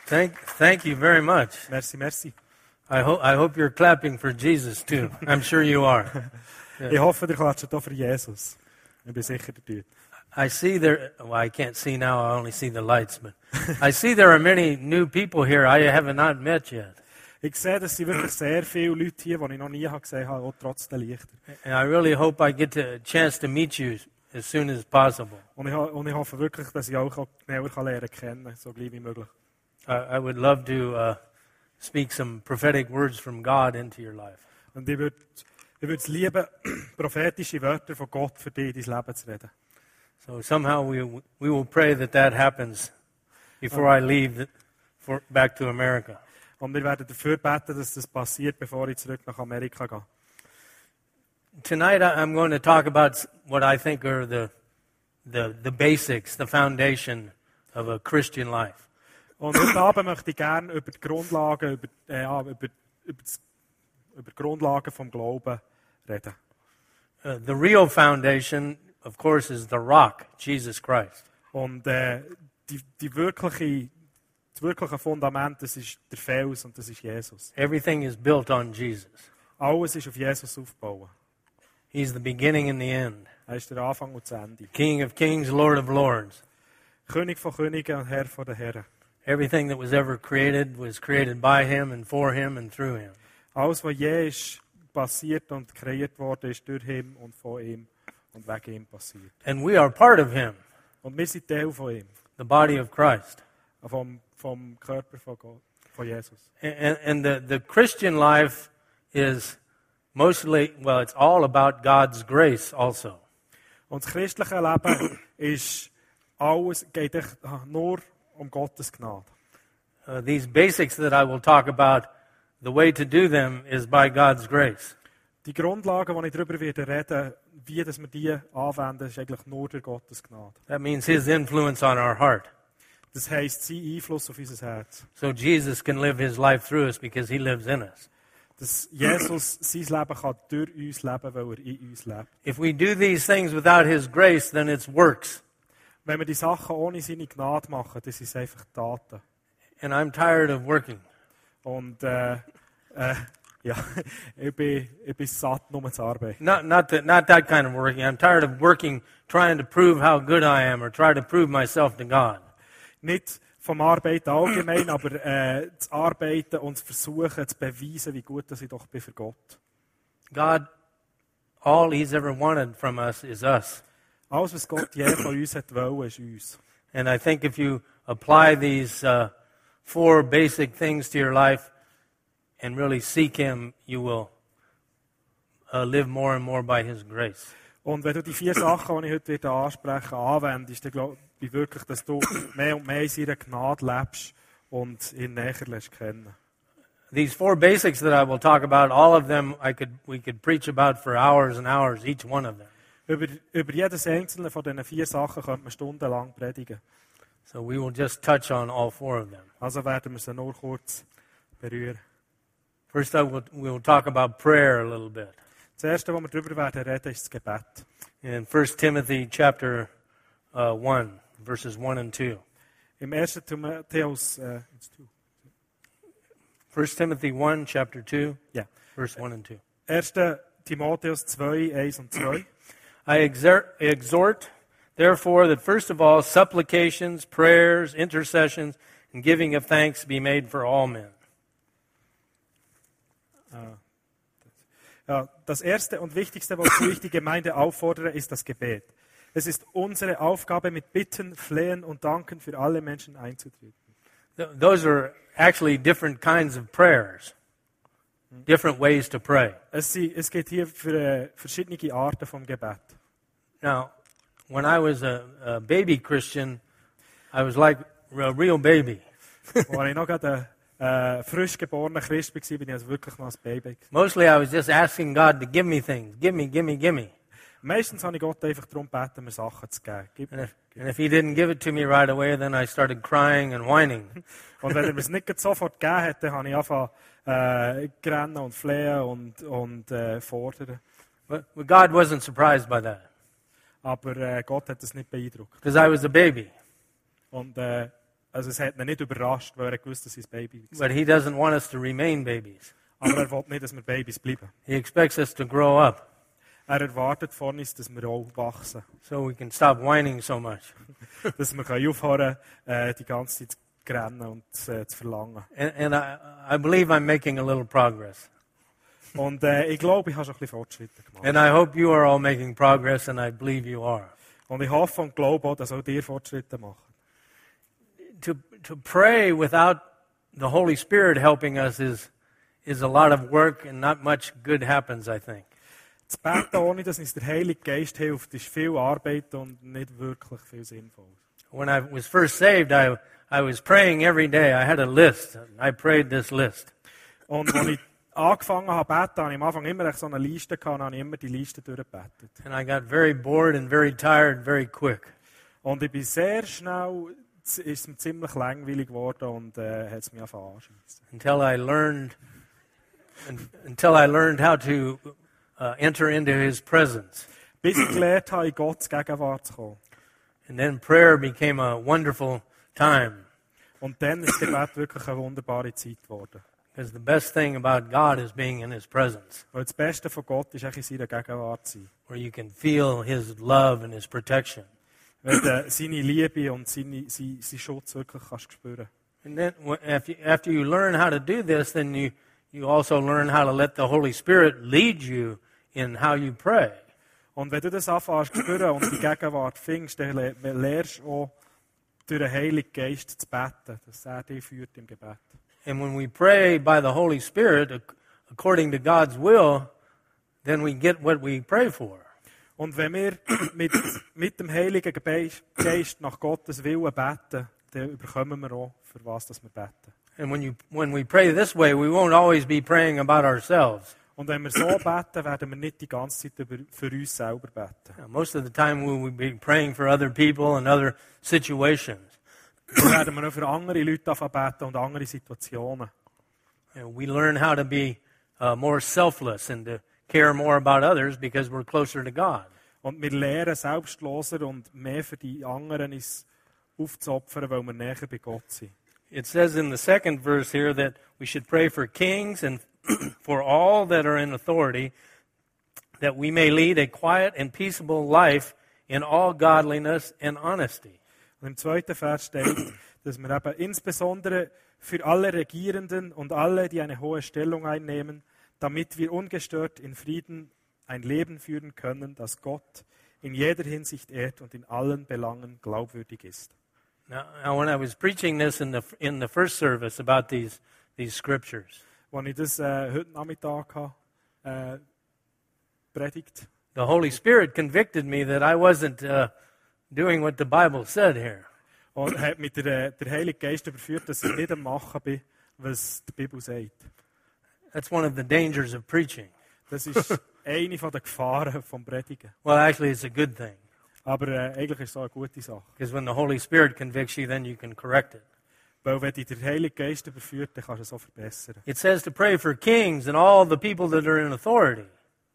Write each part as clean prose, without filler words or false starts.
Thank you very much. Merci, merci. I hope you're clapping for Jesus too. I'm sure you are. Ich hoffe, ihr klatscht auch für Jesus. Ich bin sicher, ihr tut. I see there, well, I can't see now, I only see the lights, but I see there are many new people here I have not met yet. Ich sehe, dass es wirklich sehr viele Leute hier, die ich noch nie gesehen habe, auch trotz der Lichter. And I really hope I get a chance to meet you as soon as possible. Und ich hoffe wirklich, dass ich auch näher lernen kann, so gleich wie möglich. I would love to speak some prophetic words from God into your life. Und ich würde es lieben, prophetische Wörter von Gott für dich in dein Leben zu reden. So somehow we will pray that happens before I leave back to America. Und wir werden dafür beten, dass das passiert, bevor ich zurück nach Amerika gehe. Tonight I'm going to talk about what I think are the basics, the foundation of a Christian life. Und heute Abend möchte ich gerne über die Grundlagen, über die Grundlagen vom Glauben reden. The real foundation, of course, is the rock, Jesus Christ. Und das wirkliche Fundament, das ist der Fels und das ist Jesus. Everything is built on Jesus. Alles ist auf Jesus aufgebaut. He's the beginning and the end. Er ist der Anfang und das Ende. King of kings, Lord of lords. König von Königen und Herr von den Herren. Everything that was ever created was created by him and for him and through him. Alles, was je ist passiert und kreiert worden, ist durch ihn und von ihm und wegen ihm passiert. And we are part of him, Und wir sind Teil von ihm, the body of Christ. vom Körper von Gott, von Jesus. And the Christian life is mostly, well, it's all about God's grace also. Und das christliche Leben geht echt nur um Gottes Gnade. These basics that I will talk about, the way to do them is by God's grace. Die Grundlagen, die ich darüber reden werde, wie dass wir die anwenden, ist eigentlich nur durch Gottes Gnade. That means his influence on our heart. Das heisst, sein Einfluss auf unser Herz. So Jesus can live his life through us because he lives in us. Dass Jesus sein Leben kann durch uns leben, weil er in uns lebt. If we do these things without his grace, then it's works. Wenn wir die Sachen ohne seine Gnade machen, das sind einfach Taten. And I'm tired of working. Und ja, ich bin satt, nur zu arbeiten. Not that kind of working. I'm tired of working trying to prove how good I am or try to prove myself to God. Nicht vom Arbeiten allgemein, aber zu arbeiten und zu versuchen, zu beweisen, wie gut dass ich doch bin für Gott. God, all he's ever wanted from us is us. Alles, was Gott je von uns hat wollen, ist uns. And I think if you apply these 4 basic things to your life and really seek him, you will live more and more by his grace. Und wenn du die 4 Sachen, die ich heute wieder anspreche, anwendest, dann glaube ich wirklich, dass du mehr und mehr in seiner Gnade lebst und ihn näher lässt kennen. These 4 basics that I will talk about, all of them we could preach about for hours and hours, each one of them. Über jedes einzelne von diesen 4 Sachen könnte man stundenlang predigen. So we will just touch on all 4 of them. Also werden wir sie nur kurz berühren. First, we'll talk about prayer a little bit. Das Erste, was wir darüber werden reden, ist das Gebet. In 1 Timothy chapter 1, verses 1 and 2. Im 1. Timotheus 1 Timothy 1, chapter 2, ja. verse 1 and 2. 1. Timotheus 2, 1 und 2. I exhort, therefore, that first of all, supplications, prayers, intercessions, and giving of thanks be made for all men. Ja, das Erste und Wichtigste, wozu ich die Gemeinde auffordere, ist das Gebet. Es ist unsere Aufgabe, mit Bitten, Flehen und Danken für alle Menschen einzutreten. Those are actually different kinds of prayers, different ways to pray. Es geht hier für verschiedene Arten vom Gebet. Now, when I was a baby Christian, I was like a real baby. Als ich noch gerade frisch geborener Christ war, bin ich also wirklich noch ein Baby. Mostly I was just asking God to give me things. Give me. Meistens habe ich Gott einfach darum gebeten, mir Sachen zu geben. And if he didn't give it to me right away, then I started crying and whining. Und wenn er mir es nicht sofort gegeben hätte, habe ich angefangen rennen und flehen und fordern. But God wasn't surprised by that. Aber Gott hat es nicht beeindruckt. Because I was a baby. Und er Also es hat ihn nicht überrascht, weil er gewusst, dass sein Baby war. But he doesn't want us to remain babies. Aber er will nicht, dass wir Babys bleiben. He expects us to grow up Er erwartet von uns, dass wir auch wachsen. so we can stop whining so much. Dass wir aufhören können, die ganze Zeit zu rennen und zu verlangen. And I believe I'm making a little progress. Und ich glaube, ich habe schon ein bisschen Fortschritte gemacht. And I hope you are all making progress, and I believe you are. Und ich hoffe und glaube auch, dass auch ihr Fortschritte macht. To pray without the Holy Spirit helping us is a lot of work, and not much good happens, I think. Zu beten, ohne dass uns der Heilige Geist hilft, ist viel Arbeit und nicht wirklich viel sinnvoll. When I was first saved, I was praying every day. I had a list. I prayed this list. Und als ich angefangen habe zu beten, habe ich am Anfang immer so eine Liste gehabt und habe immer die Liste durchgebetet. And I got very bored and very tired very quick. Und ich bin sehr schnell, ist es mir ziemlich langweilig geworden und hat es mich angefangen anzuschiessen. Until I learned how to enter into His presence. Bis ich gelernt habe, in Gottes Gegenwart zu kommen. And then prayer became a wonderful time. Und dann ist das Gebet wirklich eine wunderbare Zeit geworden. Because the best thing about God is being in His presence, Weil das Beste von Gott ist eigentlich in seiner Gegenwart zu sein. where you can feel His love and His protection. Wenn du seine Liebe und seinen Schutz wirklich kannst spüren. And then after you learn how to do this, then you also learn how to let the Holy Spirit lead you in how you pray. Und wenn du das anfängst zu spüren und die Gegenwart findest, dann lernst du auch durch den Heiligen Geist zu beten, dass er dich führt im Gebet. And when we pray by the Holy Spirit, according to God's will, then we get what we pray for. Und wenn wir mit dem Heiligen Geist nach Gottes Willen beten, dann bekommen wir auch, für was wir beten. And when we pray this way, we won't always be praying about ourselves. Und wenn wir so beten, werden wir nicht die ganze Zeit für uns selber beten. Most of the time we will be praying for other people and other situations. Dann werden wir auch für andere Leute beten und andere Situationen. And we learn how to be more selfless and to care more about others because we're closer to God. Und wir lernen selbstloser und mehr für die anderen uns aufzuopfern, weil wir näher bei Gott sind. It says in the second verse here that we should pray for kings and for all that are in authority, that we may lead a quiet and peaceable life in all godliness and honesty. Und im zweiten Vers steht, dass wir eben insbesondere für alle Regierenden und alle, die eine hohe Stellung einnehmen, damit wir ungestört in Frieden ein Leben führen können, das Gott in jeder Hinsicht ehrt und in allen Belangen glaubwürdig ist. Now when I was preaching this in the first service about these scriptures, Als ich das heute Nachmittag habe, predigt, the Holy Spirit convicted me that I wasn't doing what the Bible said here. und hat mich der Heilige Geist überführt, dass ich nicht am Machen bin, was die Bibel sagt. That's one of the dangers of preaching. Das ist eine der Gefahren vom Predigen. Well, actually, it's a good thing. Aber eigentlich ist es auch eine gute Sache. Because when the Holy Spirit convicts you, then you can correct it. Weil wenn dich der Heilige Geist überführt, dann kannst du es auch verbessern. It says to pray for kings and all the people that are in authority.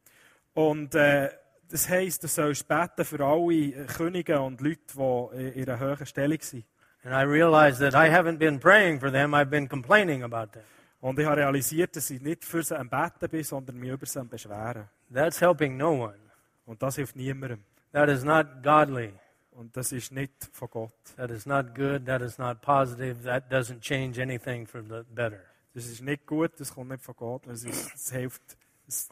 Und das heisst, du sollst beten für alle Könige und Leute, die in einer hohen Stellung sind. And I realized that I haven't been praying for them, I've been complaining about them. Und ich habe realisiert, dass ich nicht für sie am Beten bin, sondern mich über sie am Beschweren. That's helping no one. Und das hilft niemandem. That is not godly. Und das ist nicht von Gott. That is not good. That is not positive. That doesn't change anything for the better. Das ist nicht gut, das kommt nicht von Gott. Es hilft, es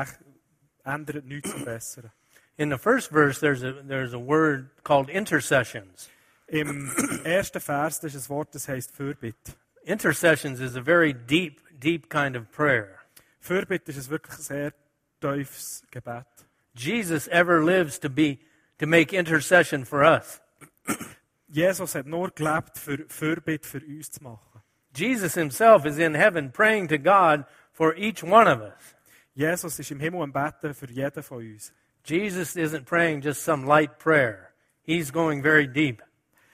ändert nichts zum Besseren. In the first verse, there's a word called intercessions. Im ersten Vers das ist ein Wort, das heisst Fürbitte. Intercessions is a very deep kind of prayer. Fürbitte ist ein wirklich sehr tiefes Gebet. Jesus ever lives to make intercession for us. Jesus hat nur gelebt, für Fürbitte für uns zu machen. Jesus himself is in heaven praying to God for each one of us. Jesus ist im Himmel am Beten für jeden von uns. Jesus isn't praying just some light prayer. He's going very deep.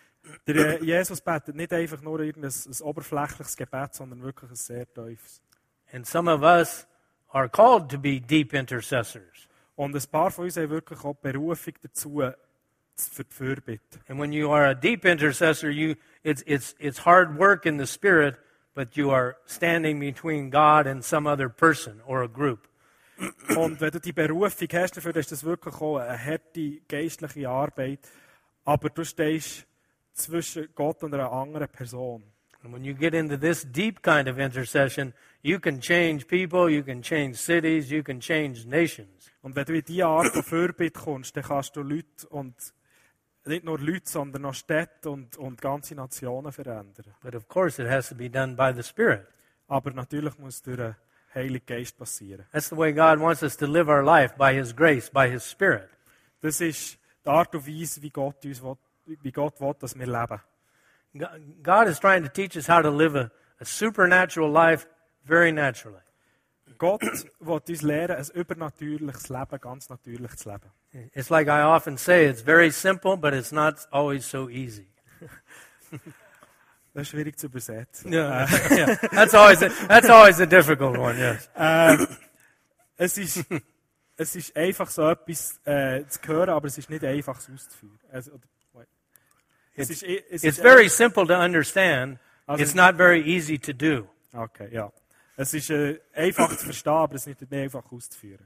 Der Jesus betet nicht einfach nur irgendein oberflächliches Gebet, sondern wirklich ein sehr tiefes. And some of us are called to be deep intercessors. Und ein paar von uns haben wirklich auch die Berufung dazu, für die Fürbitte. And when you are a deep intercessor, it's hard work in the Spirit, but you are standing between God and some other person or a group. Und wenn du die Berufung hast, dafür ist das wirklich auch eine harte geistliche Arbeit. Aber du stehst zwischen Gott und einer anderen Person. And when you get into this deep kind of intercession, you can change people, you can change cities, you can change nations. Und wenn du in diese Art von Fürbitte kommst, dann kannst du Leute und nicht nur Leute, sondern auch Städte und ganze Nationen verändern. But of course, it has to be done by the Spirit. Aber natürlich muss es durch den Heiligen Geist passieren. That's the way God wants us to live our life, by His grace, by His Spirit. Das ist die Art und Weise, wie Gott will, dass wir leben. God is trying to teach us how to live a supernatural life very naturally. Gott will uns lehren, ein übernatürliches Leben, ganz natürlich zu leben. It's like I often say, it's very simple, but it's not always so easy. Das ist schwierig zu übersetzen. Yeah, that's always a difficult one, yes. Es ist einfach so etwas zu hören, aber es ist nicht einfach es auszuführen. It's very simple to understand. It's not very easy to do. Okay, ja. Es ist einfach zu verstehen, aber es ist nicht einfach auszuführen.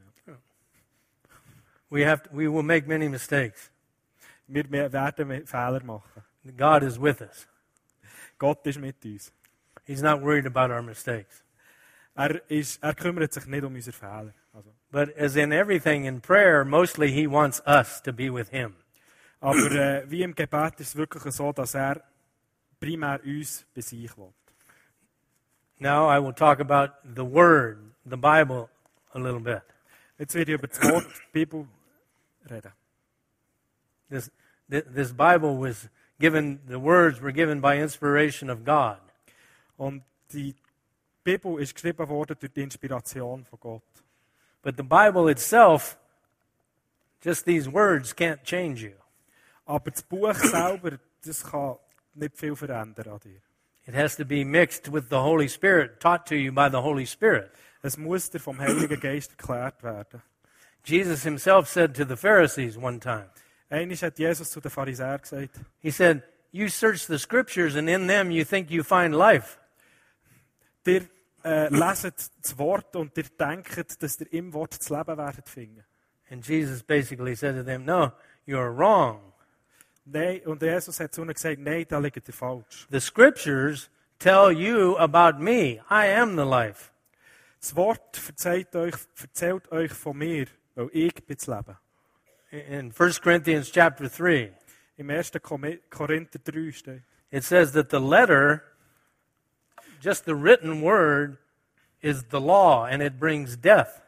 We will make many mistakes. Wir werden Fehler machen. God is with us. Gott ist mit uns. He's not worried about our mistakes. Er kümmert sich nicht um unsere Fehler. Also. But as in everything in prayer, mostly He wants us to be with Him. Aber wie im Gebet ist es wirklich so, dass er primär uns bei sich will. Now I will talk about the Word, the Bible, a little bit. Jetzt werde ich über das Wort, die Bibel reden. This Bible was given, the words were given by inspiration of God. Und die Bibel ist geschrieben worden durch die Inspiration von Gott. But the Bible itself, just these words can't change you. Aber das Buch selber, das kann nicht viel verändern an dir. It has to be mixed with the Holy Spirit, taught to you by the Holy Spirit. Es muss dir vom Heiligen Geist erklärt werden. Jesus himself said to the Pharisees one time, Einmal hat Jesus zu den Pharisäern gesagt, he said, you search the scriptures and in them you think you find life. ihr leset das Wort und ihr denkt, dass ihr im Wort das Leben werdet finden. And Jesus basically said to them, no, you're wrong. Nein, und Jesus hat zu ihnen gesagt, nein, da liegt ihr falsch. The scriptures tell you about me. I am the life. Das Wort erzählt euch von mir, weil ich bin das Leben. In 1 Corinthians chapter 3, Im 1. Korinther 3 steht, it says that the letter, just the written word, is the law and it brings death.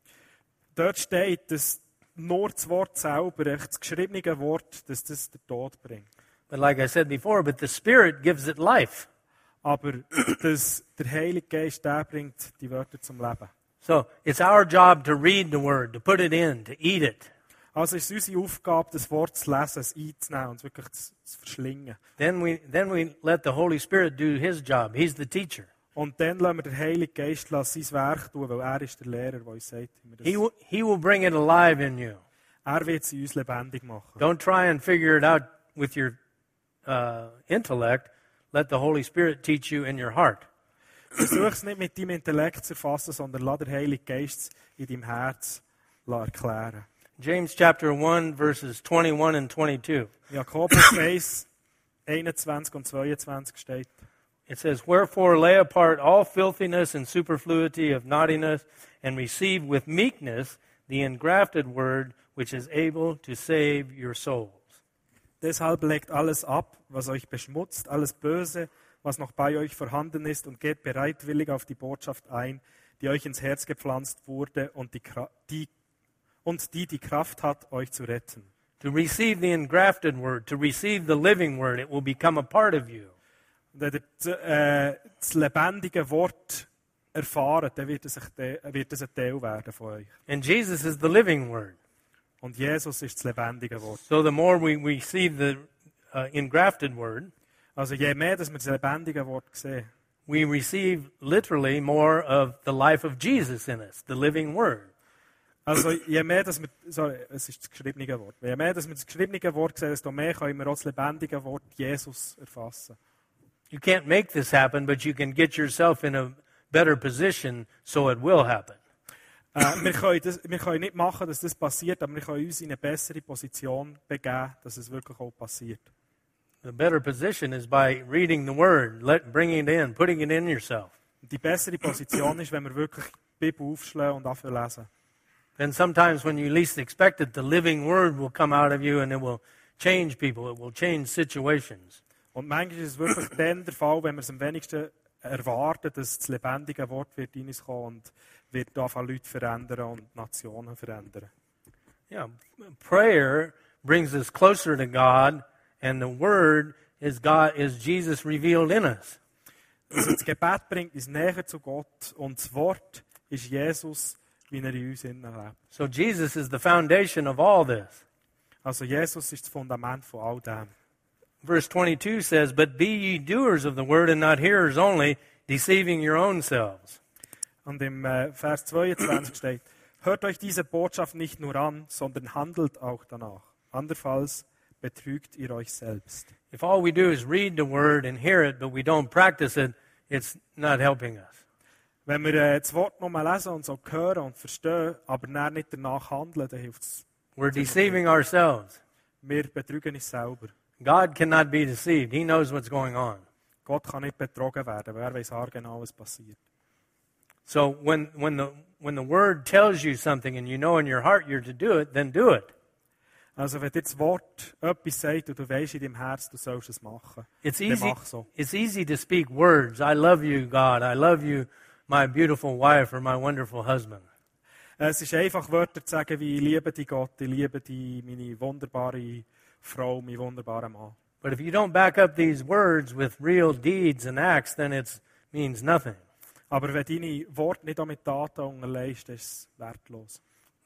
dort steht, dass nur das Wort selber, das geschriebene Wort, dass das den Tod bringt. But like I said before, but the Spirit gives it life. Aber dass der Heilige Geist, der bringt die Wörter zum Leben. So it's our job to read the word, to put it in, to eat it. Also ist es unsere Aufgabe, das Wort zu lesen, es einzunehmen und es wirklich zu verschlingen. Then we let the Holy Spirit do His job. He's the teacher. Und dann lassen wir den Heiligen Geist sein Werk tun, weil er ist der Lehrer, der uns sagt, wie wir das. He will bring it alive in you. Er wird sie uns lebendig machen. Don't try and figure it out with your intellect. Let the Holy Spirit teach you in your heart. Versuch es nicht mit deinem Intellekt zu erfassen, sondern lass den Heiligen Geist in deinem Herz erklären. James chapter 1 verses 21 and 22. Jakobus 1, 21 und 22 steht. It says, wherefore lay apart all filthiness and superfluity of naughtiness, and receive with meekness the engrafted word, which is able to save your souls. Deshalb legt alles ab, was euch beschmutzt, alles Böse, was noch bei euch vorhanden ist, und geht bereitwillig auf die Botschaft ein, die euch ins Herz gepflanzt wurde und die Kraft hat, euch zu retten. To receive the engrafted word, to receive the living word, it will become a part of you. Und wenn ihr das lebendige Wort erfahren, dann wird es ein Teil werden von euch. And Jesus is the living word. Und Jesus ist das lebendige Wort. So the more we receive the engrafted word, Also je mehr, dass wir das lebendige Wort sehen, we receive literally more of the life of Jesus in us, the living word. also je mehr, dass wir, es ist das geschriebene Wort. Je mehr, dass wir das geschriebene Wort sehen, desto mehr können wir auch das lebendige Wort Jesus erfassen. You can't make this happen, but you can get yourself in a better position so it will happen. Wir können nicht machen, dass das passiert, aber wir können uns in eine bessere Position begeben, dass es wirklich auch passiert. The better position is by reading the Word, bringing it in, putting it in yourself. Die bessere Position ist, wenn wir wirklich die Bibel aufschlagen und anfangen lesen. Then sometimes when you least expect it, the living Word will come out of you and it will change people, it will change situations. Und manchmal ist es wirklich dann der Fall, wenn wir es am wenigsten erwarten, dass das lebendige Wort wird in uns kommen und wird anfangen Leute verändern und Nationen verändern. Yeah, prayer brings us closer to God, and the Word is Jesus revealed in us. Also das Gebet bringt uns näher zu Gott und das Wort ist Jesus, wie er in uns innen lebt. So Jesus is the foundation of all this. Also Jesus ist das Fundament von all dem. Verse 22 says, "But be ye doers of the word and not hearers only, deceiving your own selves." Und im Vers 22 steht, hört euch diese Botschaft nicht nur an, sondern handelt auch danach. Andernfalls betrügt ihr euch selbst. If all we do is read the word and hear it, but we don't practice it, it's not helping us. Wenn wir das Wort nur lesen und so hören und verstehen, aber dann nicht danach handeln, dann hilft es. We're deceiving ourselves. Wir betrügen uns selber. God cannot be deceived. He knows what's going on. Gott kann nicht betrogen werden, weil er weiß genau, was passiert. So when the word tells you something and you know in your heart you're to do it, then do it. Also wenn dir das Wort etwas sagt und du weißt in deinem Herz, du sollst es machen, dann mach so. It's easy to speak words. I love you, God. I love you, my beautiful wife or my wonderful husband. Es ist einfach, Wörter zu sagen wie, ich liebe dich Gott, ich liebe dich, meine wunderbare Frau, mein wunderbarer Mann. But if you don't back up these words with real deeds and acts, then it means nothing. Aber wenn deine Worte nicht auch mit Taten unterlegst, ist es wertlos.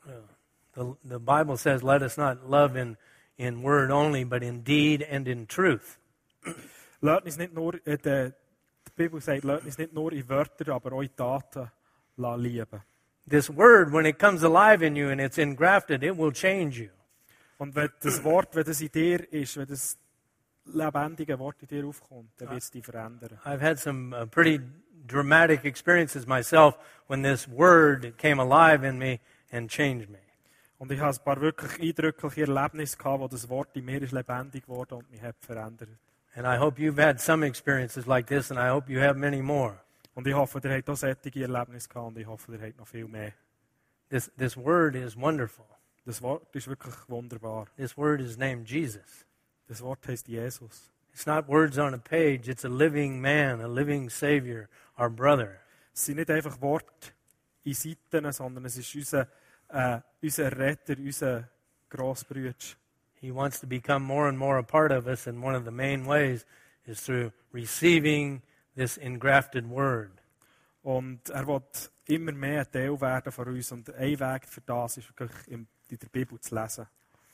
The Bible says, let us not love in word only, but in deed and in truth. Lasst uns nicht nur, die Bibel sagt, lasst uns nicht nur in Wörtern, aber auch in Taten lieben. This word, when it comes alive in you and it's engrafted, it will change you. Und wenn das Wort, wenn das in dir ist, wenn das lebendige Wort in dir aufkommt, dann wird es dich verändern. I've had some pretty dramatic experiences myself when this word came alive in me and changed me. Und ich habe ein paar wirklich eindrückliche Erlebnisse gehabt, wo das Wort in mir ist lebendig geworden und mich hat verändert. And I hope you've had some experiences like this, and I hope you have many more. Und ich hoffe, ihr habt auch solche Erlebnisse gehabt und ich hoffe, ihr habt noch viel mehr. This word is wonderful. Das Wort ist wirklich wunderbar. This word is named Jesus. Das Wort heißt Jesus. It's not words on a page. It's a living man, a living Savior, our brother. Es sind nicht einfach Worte in Seiten, sondern es ist unser Retter, unser Grossbrüder. He wants to become more and more a part of us, and one of the main ways is through receiving this engrafted word. Und er will immer mehr ein Teil werden von uns. Und ein Weg für das ist wirklich in der Bibel zu lesen.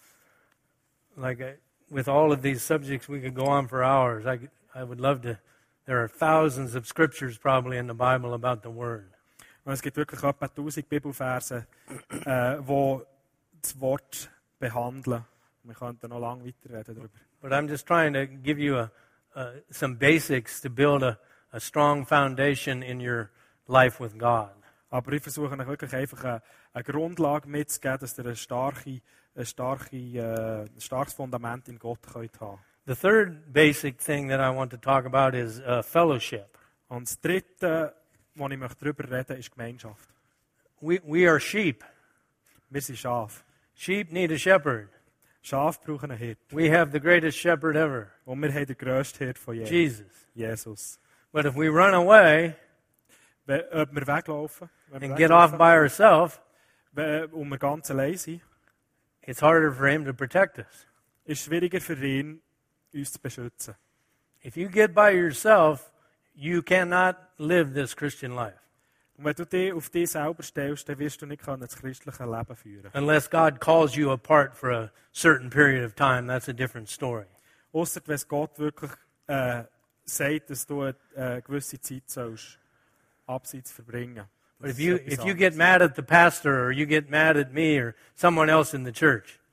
With all of these subjects, we could go on for hours. I would love to. There are thousands of scriptures probably in the Bible about the word. Und es gibt wirklich etwa 1000 Bibelverse, die das Wort behandeln. Wir könnten noch lange weiterreden darüber. But I'm just trying to give you some basics to build a strong foundation in your life with God. Aber ich versuche euch wirklich einfach eine Grundlage mitzugeben, dass ihr ein starkes Fundament in Gott könnt haben. The third basic thing that I want to talk about is fellowship. Und das dritte, was ich darüber reden möchte, ist Gemeinschaft. We are sheep. Wir sind Schafe. Sheep need a shepherd. Schafe brauchen einen Hirt. We have the greatest shepherd ever. Und wir haben den grössten Hirt von jedem. Jesus. But if we run away Ob wir weglaufen and get off by ourselves, und wir ganz allein sind, it's harder for him to protect us. ist es schwieriger für ihn, uns zu beschützen. If you get by yourself, you cannot live this Christian life. Und wenn du dich auf dich selber stellst, dann wirst du nicht das christliche Leben führen. Unless God calls you apart for a certain period of time, that's a different story. Ausser wenn es Gott wirklich sagt, dass du eine gewisse Zeit sollst abseits verbringen. But if you get mad at the pastor or you get mad at me or someone else in the church,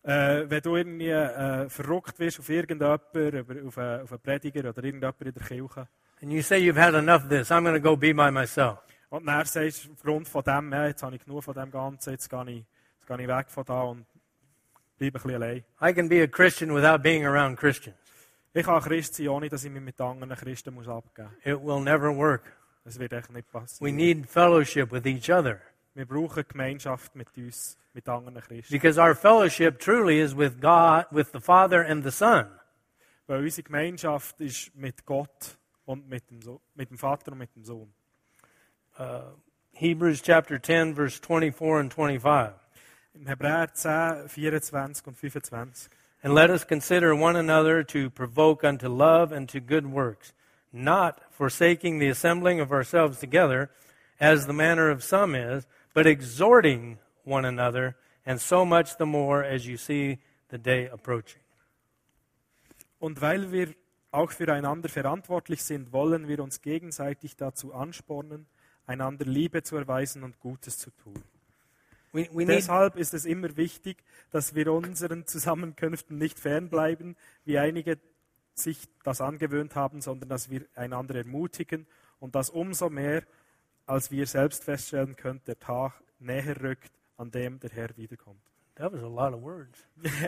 Wenn du irgendwie verrückt wirst auf irgendjemanden, auf einen Prediger oder irgendjemanden in der Kirche, and you say you've had enough of this, I'm going to go be by myself. und dann sagst du aufgrund von dem, ja, jetzt habe ich genug von dem Ganzen, jetzt gehe ich weg von da und bleibe ein bisschen allein. I can be a Christian without being around Christians. Ich kann Christ sein, ohne dass ich mich mit anderen Christen muss abgeben muss. It will never work. Das wird echt nicht We passieren. need fellowship with each other. Wir brauchen Gemeinschaft mit uns, mit anderen Christen. Because our fellowship truly is with God, with the Father and the Son. Weil unsere Gemeinschaft ist mit Gott und mit dem Vater und mit dem Sohn. Hebrews chapter 10, verse 24 and 25. Im Hebräer 10, 24 und 25. And let us consider one another to provoke unto love and to good works, not forsaking the assembling of ourselves together, as the manner of some is, but exhorting one another, and so much the more as you see the day approaching. Und weil wir auch füreinander verantwortlich sind, wollen wir uns gegenseitig dazu anspornen, einander Liebe zu erweisen und Gutes zu tun. We need, Deshalb ist es immer wichtig, dass wir unseren Zusammenkünften nicht fernbleiben, wie einige sich das angewöhnt haben, sondern dass wir einander ermutigen und das umso mehr, als wir selbst feststellen können, der Tag näher rückt, an dem der Herr wiederkommt. that was a lot of words.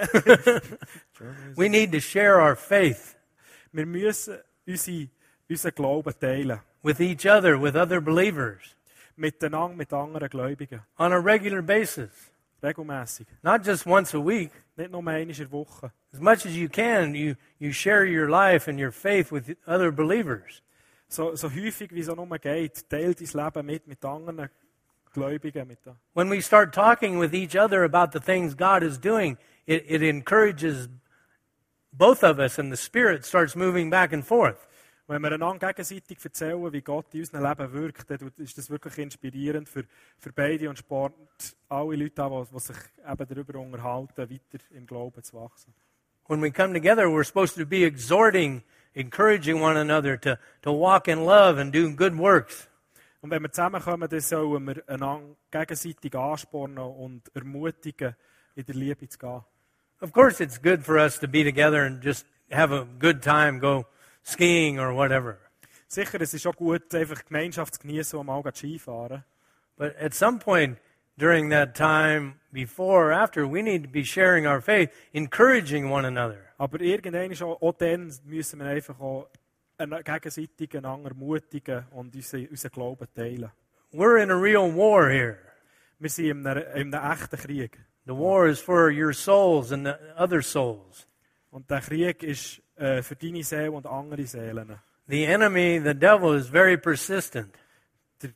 We need to share our faith Wir müssen unseren Glauben teilen. with each other, with other believers, Miteinander, mit anderen Gläubigen. on a regular basis, Regelmässig. not just once a week. Nicht nur einmal in der Woche. As much as you can, you share your life and your faith with other believers. So häufig wie es auch nur geht, teil dein Leben mit anderen Gläubigen. When we start talking with each other about the things God is doing, it encourages both of us, and the Spirit starts moving back and forth. Wenn wir einander gegenseitig erzählen, wie Gott in unserem Leben wirkt, dann ist das wirklich inspirierend für beide und spornt alle Leute an, die sich eben darüber unterhalten, weiter im Glauben zu wachsen. When we come together, we're supposed to be exhorting, encouraging one another to walk in love and do good works. Und wenn wir zusammenkommen, dann sollen wir einander gegenseitig anspornen und ermutigen, in der Liebe zu gehen. Of course, it's good for us to be together and just have a good time, go skiing or whatever. Sicher, es ist auch gut, einfach die Gemeinschaft zu genießen und mal Skifahren. But at some point during that time, before or after, we need to be sharing our faith, encouraging one another. Aber irgendwann auch dann müssen wir einfach auch gegenseitig einander ermutigen und unseren Glauben teilen. We're in a real war here. Wir sind in einem echten Krieg. The war is for your souls and the other souls. Und der Krieg ist für deine Seele und andere Seelen. The enemy, the devil, is very persistent. Der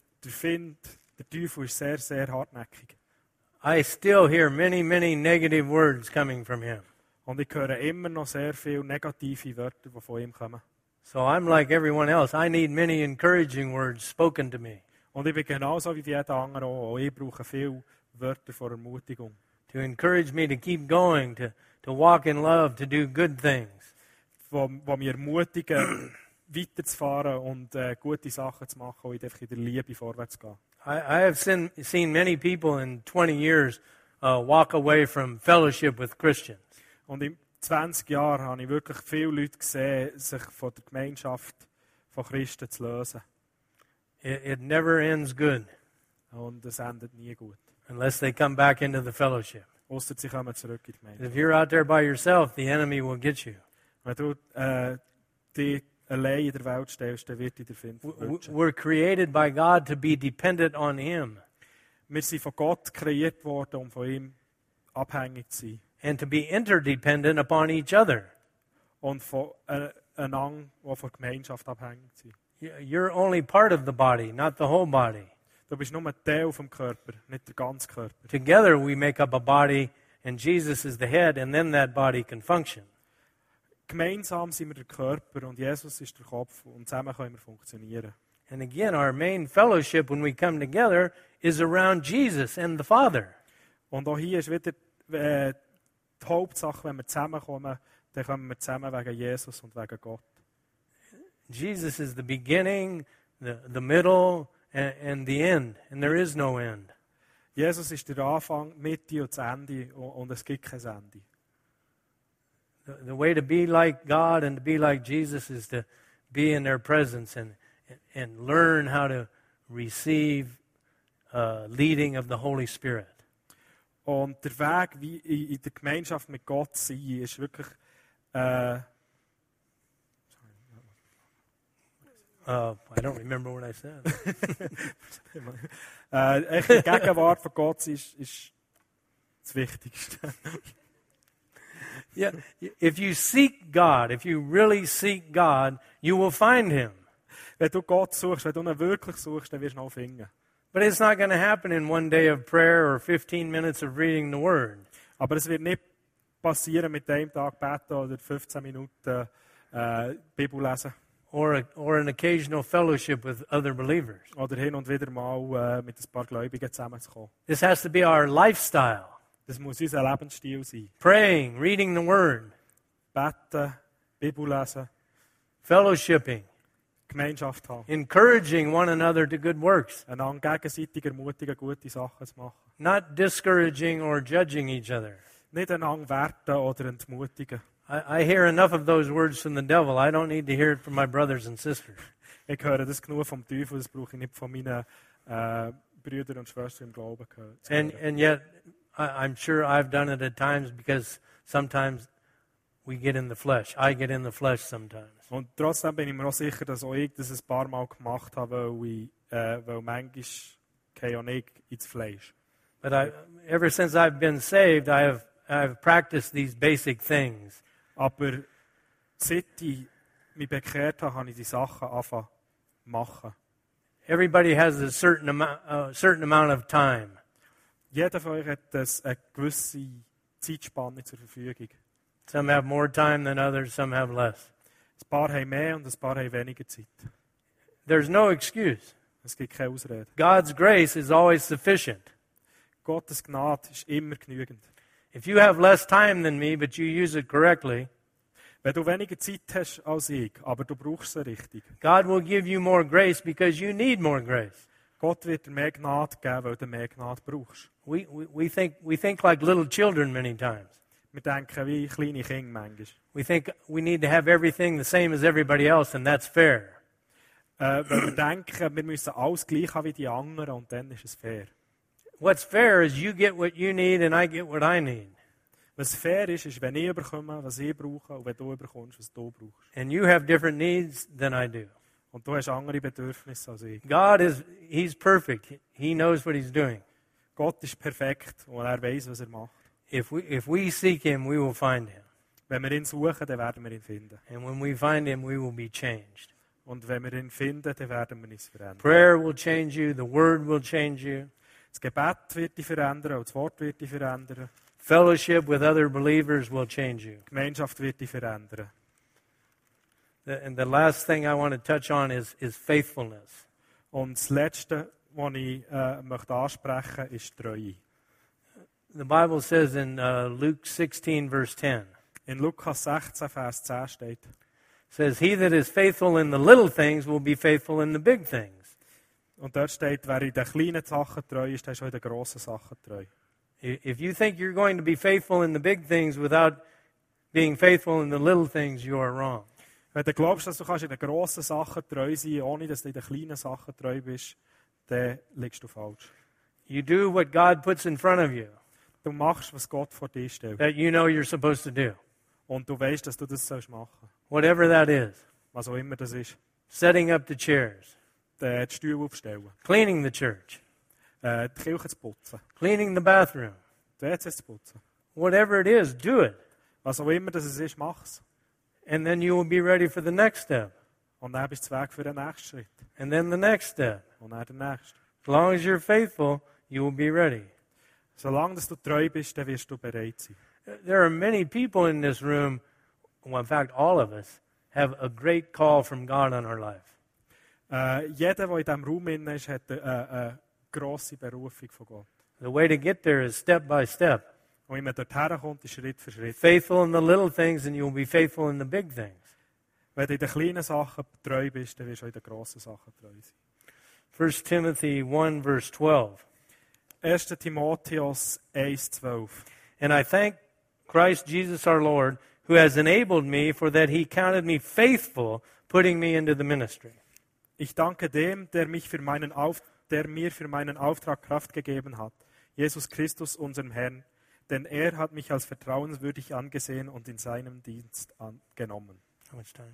Teufel ist sehr, sehr hartnäckig. I still hear many, many negative words coming from him. Und ich höre immer noch sehr viele negative Wörter, die von ihm kommen. So I'm like everyone else. I need many encouraging words spoken to me Und ich bin genauso wie jeder andere auch. Ich brauche viele Wörter von Ermutigung. to encourage me to keep going, to walk in love, to do good things. Die mich ermutigen, weiterzufahren und gute Sachen zu machen und einfach in der Liebe vorwärts zu gehen. I have seen many people in 20 years walk away from fellowship with Christians. Und in 20 Jahren habe ich wirklich viele Leute gesehen, sich von der Gemeinschaft von Christen zu lösen. It never ends good Und es endet nie gut. unless they come back into the fellowship. Ausser sie kommen zurück in die Gemeinde. If you're out there by yourself, the enemy will get you. Wenn du dich allein in der Welt stellst, dann wird dich der Find verwünschen. We're created by God to be dependent on Him Wir sind von Gott kreiert worden, um von ihm abhängig zu sein. and to be interdependent upon each other. Und von einander, die von der Gemeinschaft abhängig sind. You're only part of the body, not the whole body. Du bist nur ein Teil vom Körper, nicht der ganze Körper. Together we make up a body, and Jesus is the head, and then that body can function. Gemeinsam sind wir der Körper und Jesus ist der Kopf und zusammen können wir funktionieren. And again, our main fellowship when we come together is around Jesus and the Father. Und auch hier ist wieder die Hauptsache, wenn wir zusammenkommen, dann kommen wir zusammen wegen Jesus und wegen Gott. Jesus is the beginning, the middle, and the end, and there is no end. Jesus ist der Anfang, Mitte und das Ende und es gibt kein Ende. The way to be like God and to be like Jesus is to be in their presence and learn how to receive leading of the Holy Spirit. Und der Weg, wie in der Gemeinschaft mit Gott zu sein, ist wirklich I don't remember what I said. echt die Gegenwart von Gott ist das Wichtigste. Yeah, if you seek God, if you really seek God, you will find Him. Wenn du Gott suchst, wenn du ihn wirklich suchst, dann wirst du ihn auch finden. But it's not going to happen in one day of prayer or 15 minutes of reading the Word. Aber es wird nicht passieren mit einem Tag beten oder 15 Minuten Bibel lesen. Or an occasional fellowship with other believers. Oder hin und wieder mal mit ein paar Gläubigen zusammenzukommen. This has to be our lifestyle. Das muss unser Lebensstil sein. Praying, reading the Word, Beten, Bibel lesen, fellowshipping, Gemeinschaft haben. encouraging one another to good works, Einander gegenseitig ermutigen, gute Sachen zu machen. not discouraging or judging each other. Nicht einander werten oder entmutigen. I hear enough of those words from the devil. I don't need to hear it from my brothers and sisters. Ich höre das genug vom Teufel, das brauche ich nicht von meinen Brüdern und Schwestern im Glauben zu hören. And yet, I'm sure I've done it at times because sometimes we get in the flesh. I get in the flesh sometimes. Und trotzdem bin ich mir auch sicher, dass auch ich das ein paar Mal gemacht habe, weil manchmal gehe auch ich ins Fleisch. But ever since I've been saved, I've practiced these basic things. Aber seit ich mich bekehrt habe, habe ich die Sachen angefangen zu machen. Everybody has a certain amount of time. Jeder von euch hat eine gewisse Zeitspanne zur Verfügung. Some have more time than others, some have less. Ein paar haben mehr und ein paar haben weniger Zeit. There's no excuse. Es gibt keine Ausrede. God's grace is always sufficient. Gottes Gnade ist immer genügend. If you have less time than me, but you use it correctly, Wenn du weniger Zeit hast als ich, aber du brauchst sie richtig, God will give you more grace because you need more grace. Gott wird dir mehr Gnade geben, weil du mehr Gnade brauchst. We think like little children many times. Wir denken wie kleine Kinder manchmal. We think we need to have everything the same as everybody else, and that's fair. Weil wir denken, wir müssen alles gleich haben wie die anderen und dann ist es fair. What's fair is you get what you need and I get what I need. Was fair ist, wenn ich bekomme, was ich brauche, und wenn du bekommst, was du brauchst. And you have different needs than I do. Und du hast andere Bedürfnisse als ich. He's perfect. He knows what he's doing. Gott ist perfekt und er weiß, was er macht. If we seek him, we will find him. Wenn wir ihn suchen, dann werden wir ihn finden. And when we find him, we will be changed. Und wenn wir ihn finden, dann werden wir uns verändern. Prayer will change you. The word will change you. Das Gebet wird dich verändern, und das Wort wird dich verändern. Fellowship with other believers will change you. Die Gemeinschaft wird dich verändern. And the last thing I want to touch on is faithfulness. Und das Letzte, was ich möchte ansprechen möchte, ist Treue. The Bible says in Luke 16, verse 10, In Lukas 16, Vers 10 steht, says, "He that is faithful in the little things will be faithful in the big things." und dort steht, wer in den kleinen Sachen treu ist, der ist auch in den grossen Sachen treu. If you think you're going to be faithful in the big things without being faithful in the little things, you are wrong. Wenn du glaubst, dass du in den grossen Sachen treu sein kannst, ohne dass du in den kleinen Sachen treu bist, dann liegst du falsch. You do what God puts in front of you, Du machst, was Gott vor dir stellt. that you know you're supposed to do. Und du weißt, dass du das machen sollst. Whatever that is. Was auch immer das ist. Setting up the chairs, Die Stühle aufstellen. cleaning the church, Die Kirche zu putzen. cleaning the bathroom. Die WCs zu putzen. Whatever it is, do it. Was auch immer das ist, mach es. And then you will be ready for the next step. Und dann bist du Weg für den nächsten Schritt. And then the next step. Und dann den nächsten. As long as you're faithful, you will be ready. Solange dass du treu bist, dann wirst du bereit sein. There are many people in this room, well, in fact, all of us, have a great call from God on our life. Jeder, der in diesem Raum ist, hat eine grosse Berufung von Gott. The way to get there is step by step. Und wenn man dorthin kommt, ist Schritt für Schritt. Faithful in the little things, and you'll be faithful in the big things. Wenn du in den kleinen Sachen treu bist, dann wirst du auch in den grossen Sachen treu sein. 1 Timothy 1, verse 12. 1. Timotheus 1,12. And I thank Christ Jesus our Lord, who has enabled me, for that he counted me faithful, putting me into the ministry. Ich danke dem, der mir für meinen Auftrag Kraft gegeben hat, Jesus Christus, unserem Herrn, denn er hat mich als vertrauenswürdig angesehen und in seinem Dienst genommen. How much time?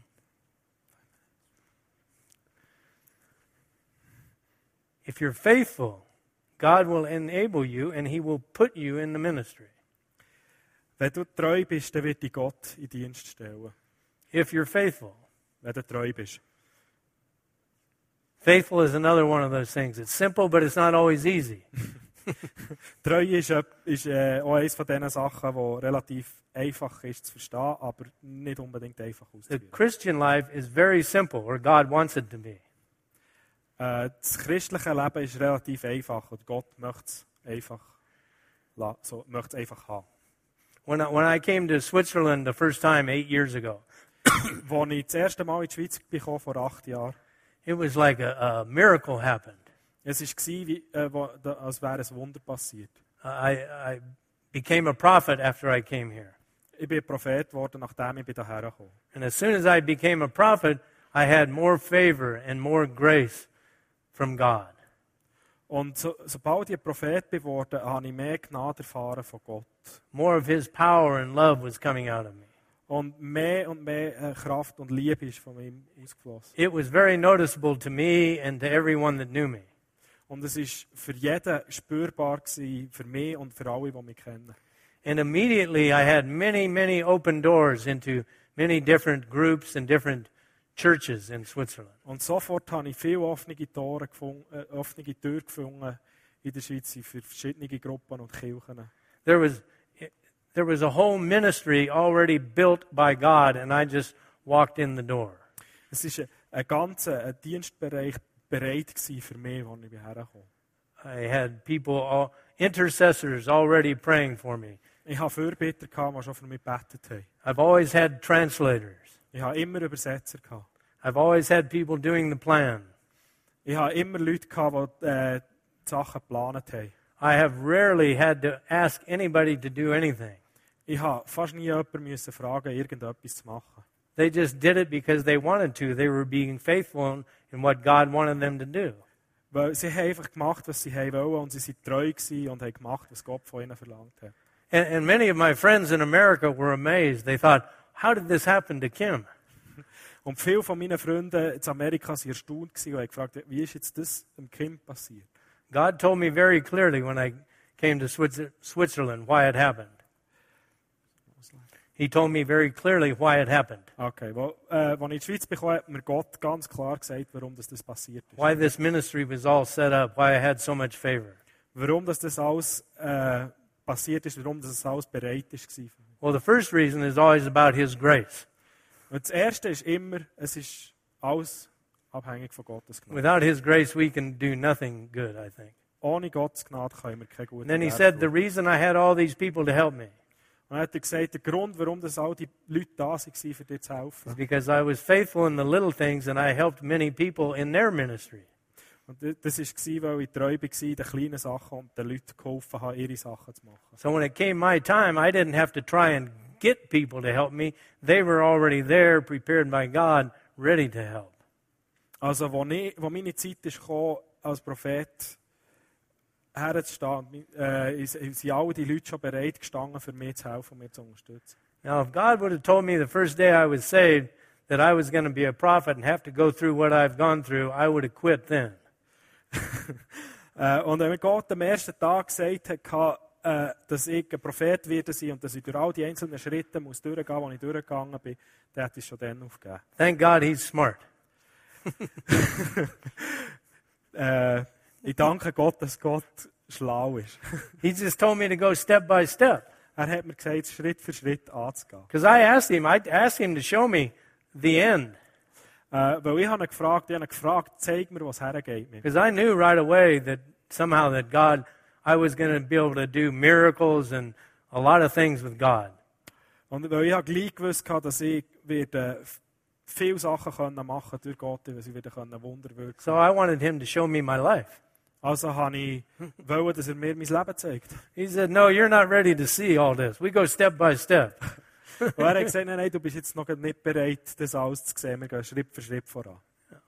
If you're faithful, God will enable you and he will put you in the ministry. Wenn du treu bist, dann wird dich Gott in Dienst stellen. If you're faithful. Wenn du treu bist. Faithful is another one of those things. It's simple, but it's not always easy. Treu ist auch eines von diesen Sachen, die relativ einfach ist zu verstehen, aber nicht unbedingt einfach The auszuführen. Christian life is very simple, or God wants it to be. Das christliche Leben ist relativ einfach und Gott möchte es einfach haben. When I came to Switzerland the first time 8 years ago, Als ich das erste Mal in die Schweiz kam, vor 8 Jahren, it was like a miracle happened. es war, als wäre ein Wunder passiert. I became a prophet after I came here. Ich bin Prophet geworden, nachdem ich hierher kam. And as soon as I became a prophet, I had more favor and more grace from God. Und sobald ich Prophet geworden bin, habe ich mehr Gnade erfahren von Gott. More of his power and love was coming out of me. Und mehr Kraft und Liebe ist von ihm ausgeflossen. It was very noticeable to me and to everyone that knew me. Und es war für jeden spürbar gewesen, für mich und für alle, die mich kennen. And immediately I had many, many open doors into many different groups and different churches in Switzerland. Und sofort habe ich viele offene Türen gefunden in der Schweiz für verschiedene Gruppen und Kirchen. There was a whole ministry already built by God, and I just walked in the door. Es war ein ganzer Dienstbereich bereit gewesen für mich, als ich hierher kam. I had people, intercessors already praying for me. Ich hatte Fürbitter, die schon für mich gebetet haben. I've always had translators. Ich hatte immer Übersetzer. I've always had people doing the plan. Ich hatte immer Leute, die die Sachen geplant haben. I have rarely had to ask anybody to do anything. Ich musste fast nie jemanden fragen, irgendetwas zu machen. They just did it because they wanted to. They were being faithful in what God wanted them to do. Weil sie haben einfach gemacht, was sie wollten, und sie waren treu gewesen und haben gemacht, was Gott von ihnen verlangt hat. And many of my friends in America were amazed. They thought, how did this happen to Kim? Und viele von meinen Freunden in Amerika waren erstaunt und haben gefragt, wie ist jetzt das dem Kim passiert? God told me very clearly when I came to Switzerland why it happened. He told me very clearly why it happened. Okay, als ich in die Schweiz bekam, hat mir Gott ganz klar gesagt, warum das passiert ist. Why this ministry was all set up, why I had so much favor. Warum das alles passiert ist, warum das alles bereit ist für mich. Well, the first reason is always about His grace. Und das Erste ist immer, es ist alles abhängig von Gottes Gnade. Without His grace, we can do nothing good, I think. Ohne Gottes Gnade können wir keine guten And then He Werke said, the tun. reason I had all these people to help me Und er hat gesagt, der Grund, warum das all die Leute da waren, für dir zu helfen. is because I was faithful in the little things and I helped many people in their ministry. Und das war, weil ich treu war in den kleinen Sachen und den Leuten geholfen habe, ihre Sachen zu machen. So when it came my time, I didn't have to try and get people to help me. They were already there, prepared by God, ready to help. Also, wo meine Zeit kam, als Prophet herzustehen, sind alle die Leute schon bereit gestanden, für mich zu helfen und mich zu unterstützen. Now, if God would have told me the first day I was saved that I was going to be a prophet and have to go through what I've gone through, I would have quit then. Und wenn mir Gott am ersten Tag gesagt hat, dass ich ein Prophet werde sein und dass ich durch all die einzelnen Schritte muss durchgehen muss, die ich durchgegangen bin, dann hätte ich schon dann aufgegeben. Thank God He's smart. Ich danke Gott, dass Gott schlau ist. He just told me to go step by step. Er hat mir gesagt, Schritt für Schritt anzugehen. Because I asked him to show me the end. Weil ich habe ihn gefragt, zeig mir, was hergeht mir. Because I knew right away that somehow that God, I was going to be able to do miracles and a lot of things with God. Und weil ich habe gleich gewusst, dass ich viele Sachen machen können durch Gott, weil sie wieder Wunder wirken. So I wanted him to show me my life. Also habe ich wollen, dass er mir mein Leben zeigt. He said, no, you're not ready to see all this. We go step by step. Und er hat gesagt, nein, du bist jetzt noch nicht bereit, das alles zu sehen. Wir gehen Schritt für Schritt voran.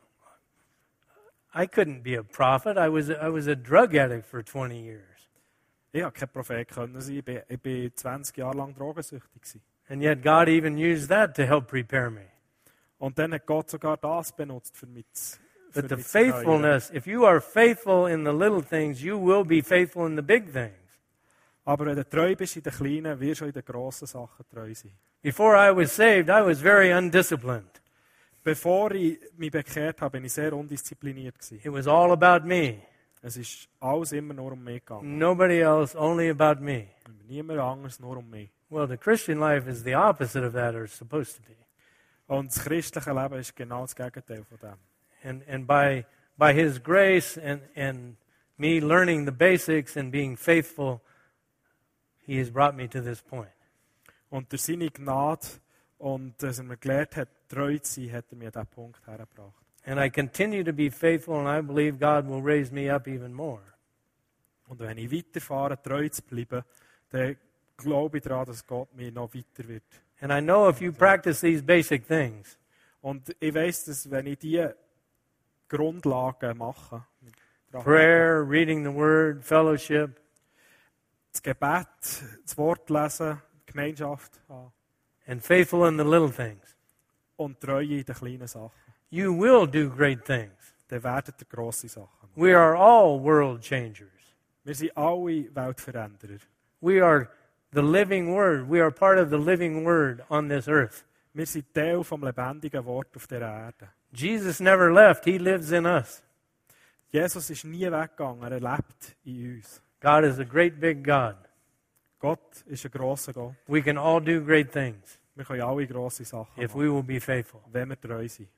I couldn't be a prophet. I was a drug addict for 20 years. Ich konnte kein Prophet sein. Ich war 20 Jahre lang drogensüchtig gewesen. And yet God even used that to help prepare me. Und dann hat Gott sogar das benutzt für mich. But the faithfulness, if you are faithful in the little things, you will be faithful in the big things. Aber wenn du treu bist in den kleinen, wirst du auch in den grossen Sachen treu sein. Before I was saved, I was very undisciplined. Bevor ich mich bekehrt habe, war ich sehr undiszipliniert gewesen. It was all about me. Es ist alles immer nur um mich gegangen. Nobody else, only about me. Niemand anderes, nur um mich. Well, the Christian life is the opposite of that, or it's supposed to be. Und das christliche Leben ist genau das Gegenteil von dem. And by His grace and me learning the basics and being faithful, He has brought me to this point. Und durch seine Gnade und dass er mir gelernt hat, treu zu sein, hat er mir an diesen Punkt hergebracht. And I continue to be faithful, and I believe God will raise me up even more. Und wenn ich weiterfahre, treu zu bleiben, dann glaube ich daran, dass Gott mich noch weiter wird. And I know if you practice these basic things, Und ich weiss, dass wenn ich diese Grundlagen mache, prayer, reading the Word, fellowship, das Gebet, das Wort lesen, die Gemeinschaft haben and faithful in the little things, und Treue in den kleinen Sachen, you will do great things. dann werden ihr grosse Sachen machen. We are all world changers. Wir sind alle Weltveränderer. We are the living Word. We are part of the living Word on this earth. Wir sind Teil vom lebendigen Wort auf dieser Erde. Jesus never left. He lives in us. Jesus ist nie weggegangen, er lebt in uns. God is a great big God. Gott ist ein grosser Gott. We can all do great things Wir können alle grosse Sachen if machen, we will be faithful. wenn wir treu sind.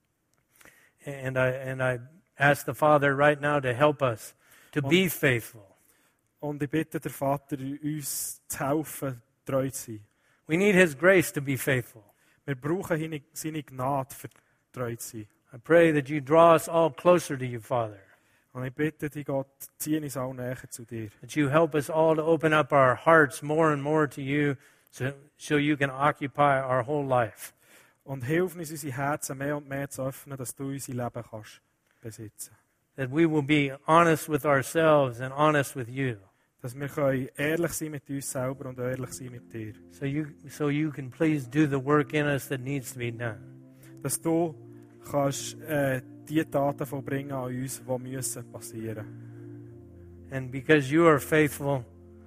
And I ask the Father right now to help us to be faithful. Und ich bitte den Vater, uns zu helfen, treu zu sein. We need His grace to be faithful. Wir brauchen seine Gnade, für treu zu sein. I pray that you draw us all closer to you, Father. Und ich bitte dich, Gott, zieh uns auch näher zu dir. That you help us all to open up our hearts more and more to you so you can occupy our whole life. Und hilf uns, unsere Herzen mehr und mehr zu öffnen, dass du unser Leben kannst besitzen. That we will be honest with ourselves and honest with you. Dass wir können ehrlich sein mit uns selber und ehrlich sein mit dir. So you can please do the work in us that needs to be done. Dass du kannst die Taten vollbringen an uns, die müssen passieren. And because you are faithful,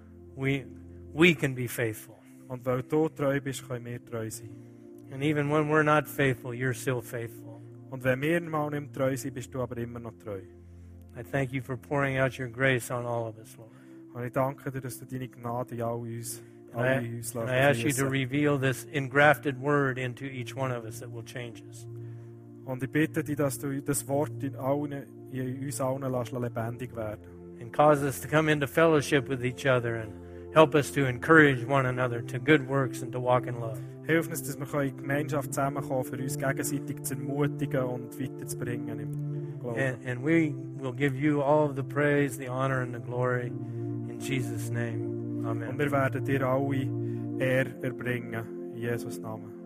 we can be faithful. Und weil du treu bist, können wir treu sein. And even when we're not faithful, you're still faithful. Und wenn wir mal nicht mehr treu sind, bist du aber immer noch treu. I thank you for pouring out your grace on all of us, Lord. Und ich danke dir, dass du deine Gnade in all uns And I ask you to reveal this engrafted word into each one of us that will change us. Und ich bitte dich, dass du das Wort in uns allen lässt lebendig werden. And cause us to come into fellowship with each other and help us to encourage one another to good works and to walk in love. Hilf uns, dass wir in Gemeinschaft zusammenkommen, für uns gegenseitig zu ermutigen und weiterzubringen im Glauben. And we will give you all of the praise, the honor, and the glory in Jesus' name. Und Amen. wir werden dir alle Ehre erbringen. In Jesus' Namen.